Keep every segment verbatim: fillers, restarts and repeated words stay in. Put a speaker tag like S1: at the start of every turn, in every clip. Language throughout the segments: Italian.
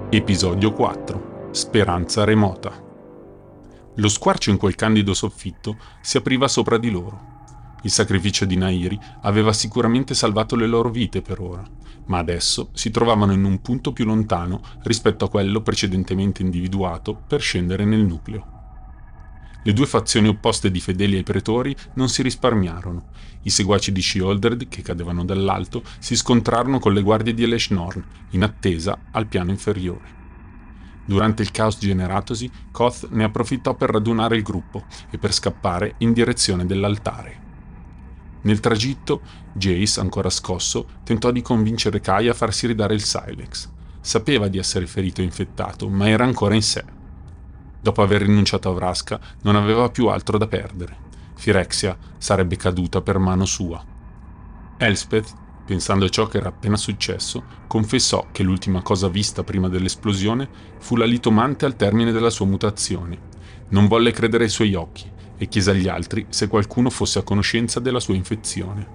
S1: Episodio quattro. Speranza remota. Lo squarcio in quel candido soffitto si apriva sopra di loro. Il sacrificio di Nahiri aveva sicuramente salvato le loro vite per ora, ma adesso si trovavano in un punto più lontano rispetto a quello precedentemente individuato per scendere nel nucleo. Le due fazioni opposte di fedeli ai pretori non si risparmiarono. I seguaci di Sheoldred, che cadevano dall'alto, si scontrarono con le guardie di Elesh Norn, in attesa al piano inferiore. Durante il caos generatosi, Koth ne approfittò per radunare il gruppo e per scappare in direzione dell'altare. Nel tragitto, Jace, ancora scosso, tentò di convincere Kai a farsi ridare il Silex. Sapeva di essere ferito e infettato, ma era ancora in sé. Dopo aver rinunciato a Vraska, non aveva più altro da perdere. Phyrexia sarebbe caduta per mano sua. Elspeth, pensando a ciò che era appena successo, confessò che l'ultima cosa vista prima dell'esplosione fu la litomante al termine della sua mutazione. Non volle credere ai suoi occhi e chiese agli altri se qualcuno fosse a conoscenza della sua infezione.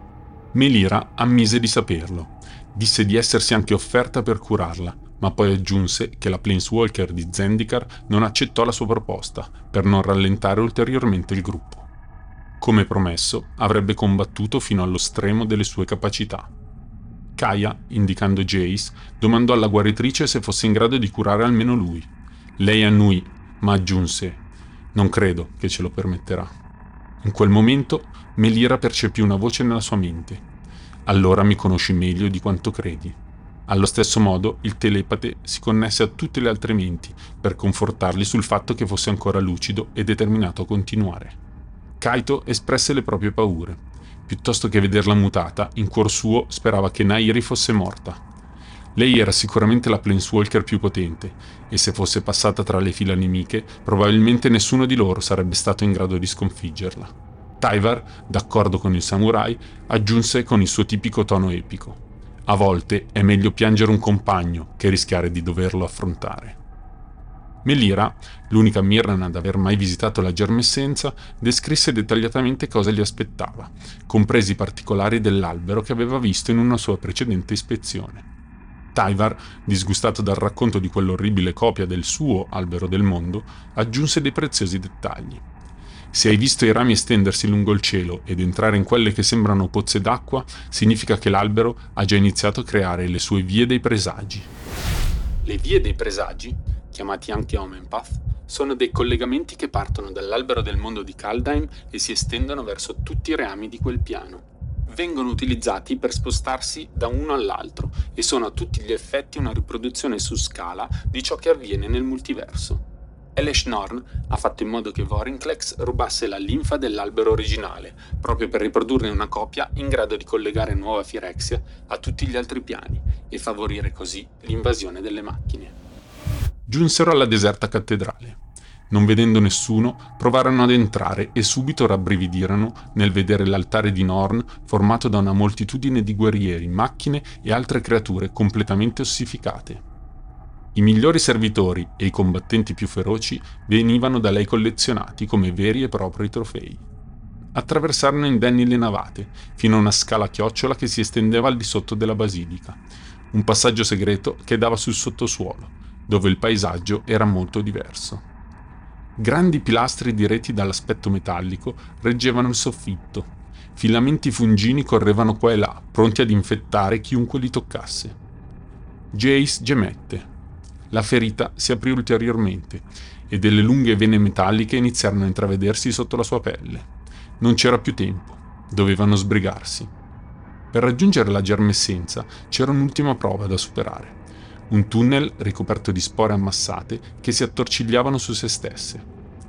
S1: Melira ammise di saperlo. Disse di essersi anche offerta per curarla, ma poi aggiunse che la Planeswalker di Zendikar non accettò la sua proposta per non rallentare ulteriormente il gruppo. Come promesso, avrebbe combattuto fino allo stremo delle sue capacità. Kaya, indicando Jace, domandò alla guaritrice se fosse in grado di curare almeno lui. Lei annui, ma aggiunse: «Non credo che ce lo permetterà». In quel momento, Melira percepì una voce nella sua mente. «Allora mi conosci meglio di quanto credi». Allo stesso modo, il telepate si connesse a tutte le altre menti per confortarli sul fatto che fosse ancora lucido e determinato a continuare. Kaito espresse le proprie paure. Piuttosto che vederla mutata, in cuor suo sperava che Nahiri fosse morta. Lei era sicuramente la Planeswalker più potente, e se fosse passata tra le fila nemiche, probabilmente nessuno di loro sarebbe stato in grado di sconfiggerla. Tyvar, d'accordo con il samurai, aggiunse con il suo tipico tono epico: «A volte è meglio piangere un compagno che rischiare di doverlo affrontare». Melira, l'unica Mirran ad aver mai visitato la Germessenza, descrisse dettagliatamente cosa gli aspettava, compresi i particolari dell'albero che aveva visto in una sua precedente ispezione. Tyvar, disgustato dal racconto di quell'orribile copia del suo albero del mondo, aggiunse dei preziosi dettagli. Se hai visto i rami estendersi lungo il cielo ed entrare in quelle che sembrano pozze d'acqua, significa che l'albero ha già iniziato a creare le sue vie dei presagi. Le vie dei presagi, chiamati anche Omenpath, sono dei collegamenti che partono dall'albero del mondo di Kaldheim e si estendono verso tutti i rami di quel piano. Vengono utilizzati per spostarsi da uno all'altro e sono a tutti gli effetti una riproduzione su scala di ciò che avviene nel multiverso. Elesh Norn ha fatto in modo che Vorinclex rubasse la linfa dell'albero originale, proprio per riprodurne una copia in grado di collegare nuova Phyrexia a tutti gli altri piani e favorire così l'invasione delle macchine. Giunsero alla deserta cattedrale. Non vedendo nessuno, provarono ad entrare e subito rabbrividirono nel vedere l'altare di Norn formato da una moltitudine di guerrieri, macchine e altre creature completamente ossificate. I migliori servitori e i combattenti più feroci venivano da lei collezionati come veri e propri trofei. Attraversarono indenni le navate, fino a una scala a chiocciola che si estendeva al di sotto della basilica, un passaggio segreto che dava sul sottosuolo, dove il paesaggio era molto diverso. Grandi pilastri diretti dall'aspetto metallico reggevano il soffitto. Filamenti fungini correvano qua e là, pronti ad infettare chiunque li toccasse. Jace gemette. La ferita si aprì ulteriormente e delle lunghe vene metalliche iniziarono a intravedersi sotto la sua pelle. Non c'era più tempo, dovevano sbrigarsi. Per raggiungere la Germessenza c'era un'ultima prova da superare. Un tunnel ricoperto di spore ammassate che si attorcigliavano su se stesse.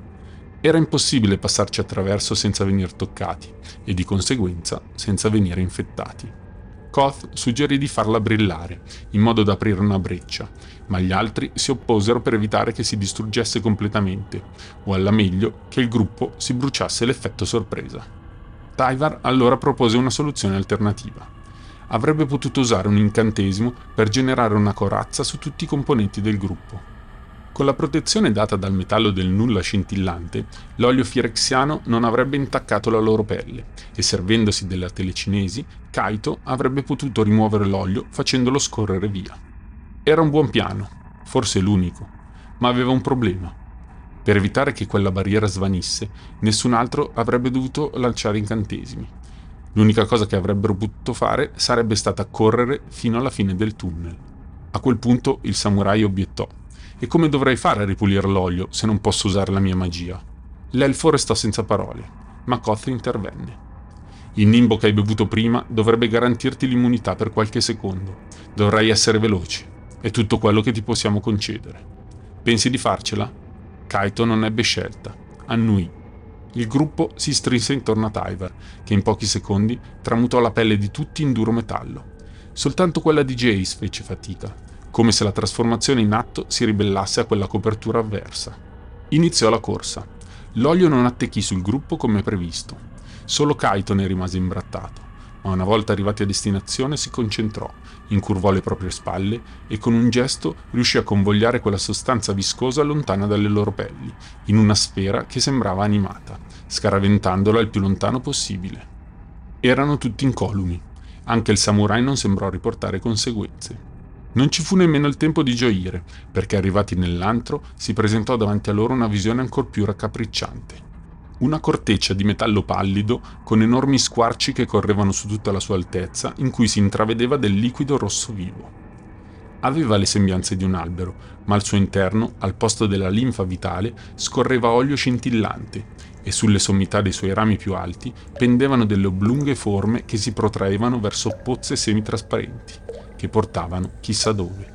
S1: Era impossibile passarci attraverso senza venire toccati e di conseguenza senza venire infettati. Koth suggerì di farla brillare, in modo da aprire una breccia, ma gli altri si opposero per evitare che si distruggesse completamente, o alla meglio che il gruppo si bruciasse l'effetto sorpresa. Tyvar allora propose una soluzione alternativa. Avrebbe potuto usare un incantesimo per generare una corazza su tutti i componenti del gruppo. Con la protezione data dal metallo del nulla scintillante, l'olio firexiano non avrebbe intaccato la loro pelle e, servendosi della telecinesi, Kaito avrebbe potuto rimuovere l'olio facendolo scorrere via. Era un buon piano. forse l'unico, ma aveva un problema. Per evitare che quella barriera svanisse, nessun altro avrebbe dovuto lanciare incantesimi. L'unica cosa che avrebbero potuto fare sarebbe stata correre fino alla fine del tunnel. A quel punto il samurai obiettò: «E come dovrei fare a ripulire l'olio se non posso usare la mia magia?» L'elfo restò senza parole, ma Koth intervenne. «Il nimbo che hai bevuto prima dovrebbe garantirti l'immunità per qualche secondo. Dovrai essere veloce. È tutto quello che ti possiamo concedere. Pensi di farcela?» Kaito non ebbe scelta. Annui. Il gruppo si strinse intorno a Tyvar, che in pochi secondi tramutò la pelle di tutti in duro metallo. Soltanto quella di Jace fece fatica, come se la trasformazione in atto si ribellasse a quella copertura avversa. Iniziò la corsa. L'olio non attecchì sul gruppo come previsto. Solo Kaito ne rimase imbrattato, ma una volta arrivati a destinazione si concentrò, incurvò le proprie spalle e con un gesto riuscì a convogliare quella sostanza viscosa lontana dalle loro pelli, in una sfera che sembrava animata, scaraventandola il più lontano possibile. Erano tutti incolumi. Anche il samurai non sembrò riportare conseguenze. Non ci fu nemmeno il tempo di gioire, perché arrivati nell'antro si presentò davanti a loro una visione ancor più raccapricciante. Una corteccia di metallo pallido con enormi squarci che correvano su tutta la sua altezza, in cui si intravedeva del liquido rosso vivo. Aveva le sembianze di un albero, ma al suo interno, al posto della linfa vitale, scorreva olio scintillante, e sulle sommità dei suoi rami più alti pendevano delle oblunghe forme che si protraevano verso pozze semitrasparenti, che portavano chissà dove.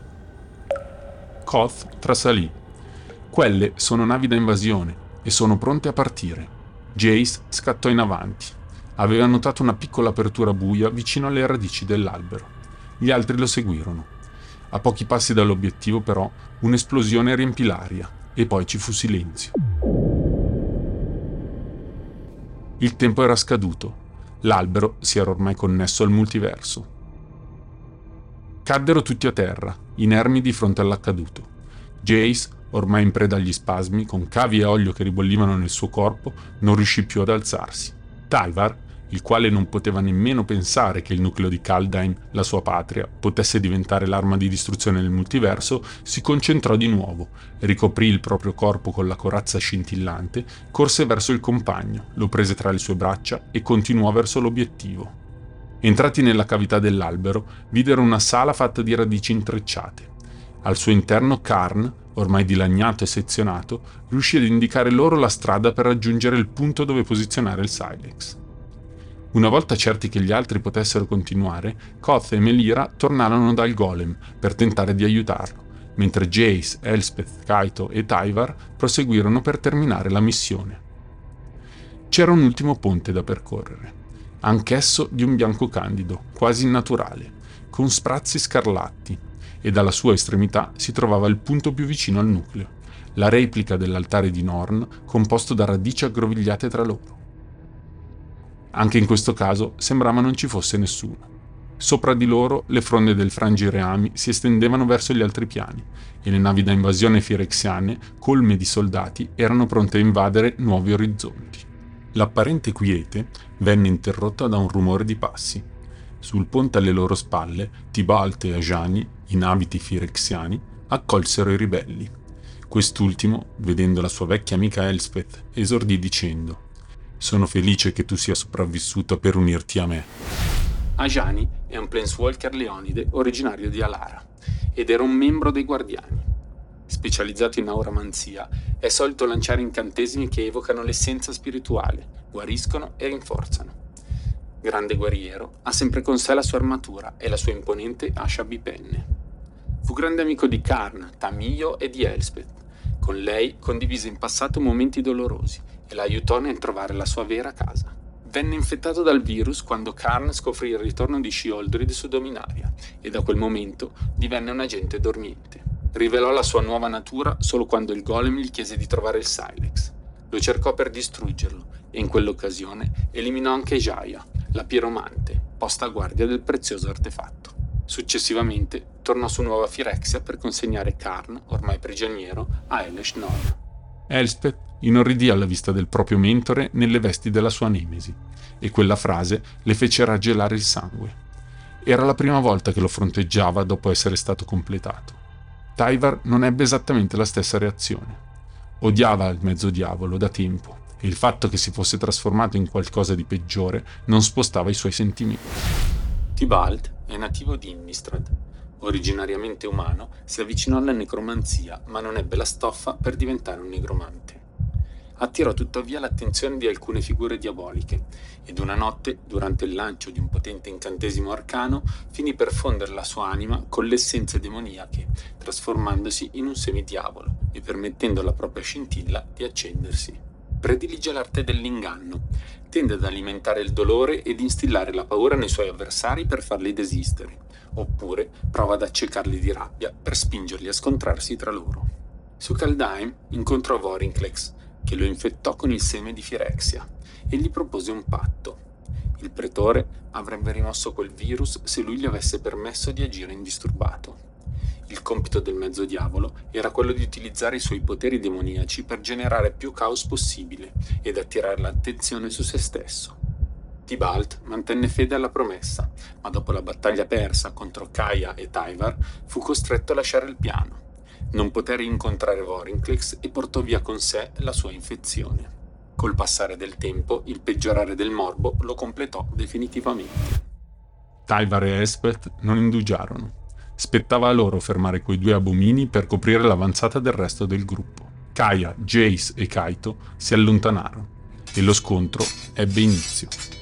S1: Koth trasalì. Quelle sono navi da invasione e sono pronte a partire. Jace scattò in avanti. Aveva notato una piccola apertura buia vicino alle radici dell'albero. Gli altri lo seguirono. A pochi passi dall'obiettivo, però, un'esplosione riempì l'aria e poi ci fu silenzio. Il tempo era scaduto. L'albero si era ormai connesso al multiverso. Caddero tutti a terra, inermi di fronte all'accaduto. Jace, ormai in preda agli spasmi, con cavi e olio che ribollivano nel suo corpo, non riuscì più ad alzarsi. Tyvar, il quale non poteva nemmeno pensare che il nucleo di Kaldheim, la sua patria, potesse diventare l'arma di distruzione del multiverso, si concentrò di nuovo, ricoprì il proprio corpo con la corazza scintillante, corse verso il compagno, lo prese tra le sue braccia e continuò verso l'obiettivo. Entrati nella cavità dell'albero, videro una sala fatta di radici intrecciate. Al suo interno Karn, ormai dilaniato e sezionato, riuscì ad indicare loro la strada per raggiungere il punto dove posizionare il Silex. Una volta certi che gli altri potessero continuare, Koth e Melira tornarono dal golem per tentare di aiutarlo, mentre Jace, Elspeth, Kaito e Tyvar proseguirono per terminare la missione. C'era un ultimo ponte da percorrere, anch'esso di un bianco candido, quasi innaturale, con sprazzi scarlatti, e dalla sua estremità si trovava il punto più vicino al nucleo, la replica dell'altare di Norn composto da radici aggrovigliate tra loro. Anche in questo caso sembrava non ci fosse nessuno. Sopra di loro le fronde del frangireami si estendevano verso gli altri piani e le navi da invasione firexiane, colme di soldati, erano pronte a invadere nuovi orizzonti. L'apparente quiete venne interrotta da un rumore di passi. Sul ponte alle loro spalle, Tibalt e Ajani, in abiti firexiani, accolsero i ribelli. Quest'ultimo, vedendo la sua vecchia amica Elspeth, esordì dicendo: «Sono felice che tu sia sopravvissuta per unirti a me».
S2: Ajani è un planeswalker leonide originario di Alara ed era un membro dei Guardiani. Specializzato in auramanzia, è solito lanciare incantesimi che evocano l'essenza spirituale, guariscono e rinforzano. Grande guerriero, ha sempre con sé la sua armatura e la sua imponente ascia bipenne. Fu grande amico di Karn, Tamiyo e di Elspeth. Con lei condivise in passato momenti dolorosi e la aiutò nel trovare la sua vera casa. Venne infettato dal virus quando Karn scoprì il ritorno di Sheoldred su Dominaria e da quel momento divenne un agente dormiente. Rivelò la sua nuova natura solo quando il golem gli chiese di trovare il Silex. Lo cercò per distruggerlo e in quell'occasione eliminò anche Jaya, la piromante, posta a guardia del prezioso artefatto. Successivamente tornò su Nuova Firexia per consegnare Karn, ormai prigioniero, a Elesh Norn.
S1: Elspeth inorridì alla vista del proprio mentore nelle vesti della sua nemesi, e quella frase le fece raggelare il sangue. Era la prima volta che lo fronteggiava dopo essere stato completato. Tyvar non ebbe esattamente la stessa reazione. Odiava il mezzodiavolo da tempo e il fatto che si fosse trasformato in qualcosa di peggiore non spostava i suoi sentimenti.
S2: Tybalt è nativo di Innistrad. Originariamente umano, si avvicinò alla necromanzia, ma non ebbe la stoffa per diventare un negromante. Attirò tuttavia l'attenzione di alcune figure diaboliche, ed una notte, durante il lancio di un potente incantesimo arcano, finì per fondere la sua anima con le essenze demoniache, trasformandosi in un semidiavolo e permettendo alla propria scintilla di accendersi. Predilige l'arte dell'inganno, tende ad alimentare il dolore ed instillare la paura nei suoi avversari per farli desistere, oppure prova ad accecarli di rabbia per spingerli a scontrarsi tra loro. Su Kaldheim incontrò Vorinclex, che lo infettò con il seme di Firexia e gli propose un patto. Il pretore avrebbe rimosso quel virus se lui gli avesse permesso di agire indisturbato. Il compito del mezzodiavolo era quello di utilizzare i suoi poteri demoniaci per generare più caos possibile ed attirare l'attenzione su se stesso. Tybalt mantenne fede alla promessa, ma dopo la battaglia persa contro Kaya e Tyvar fu costretto a lasciare il piano. Non poté rincontrare Vorinclex e portò via con sé la sua infezione. Col passare del tempo, il peggiorare del morbo lo completò definitivamente.
S1: Tyvar e Elspeth non indugiarono. Spettava a loro fermare quei due abomini per coprire l'avanzata del resto del gruppo. Kaya, Jace e Kaito si allontanarono e lo scontro ebbe inizio.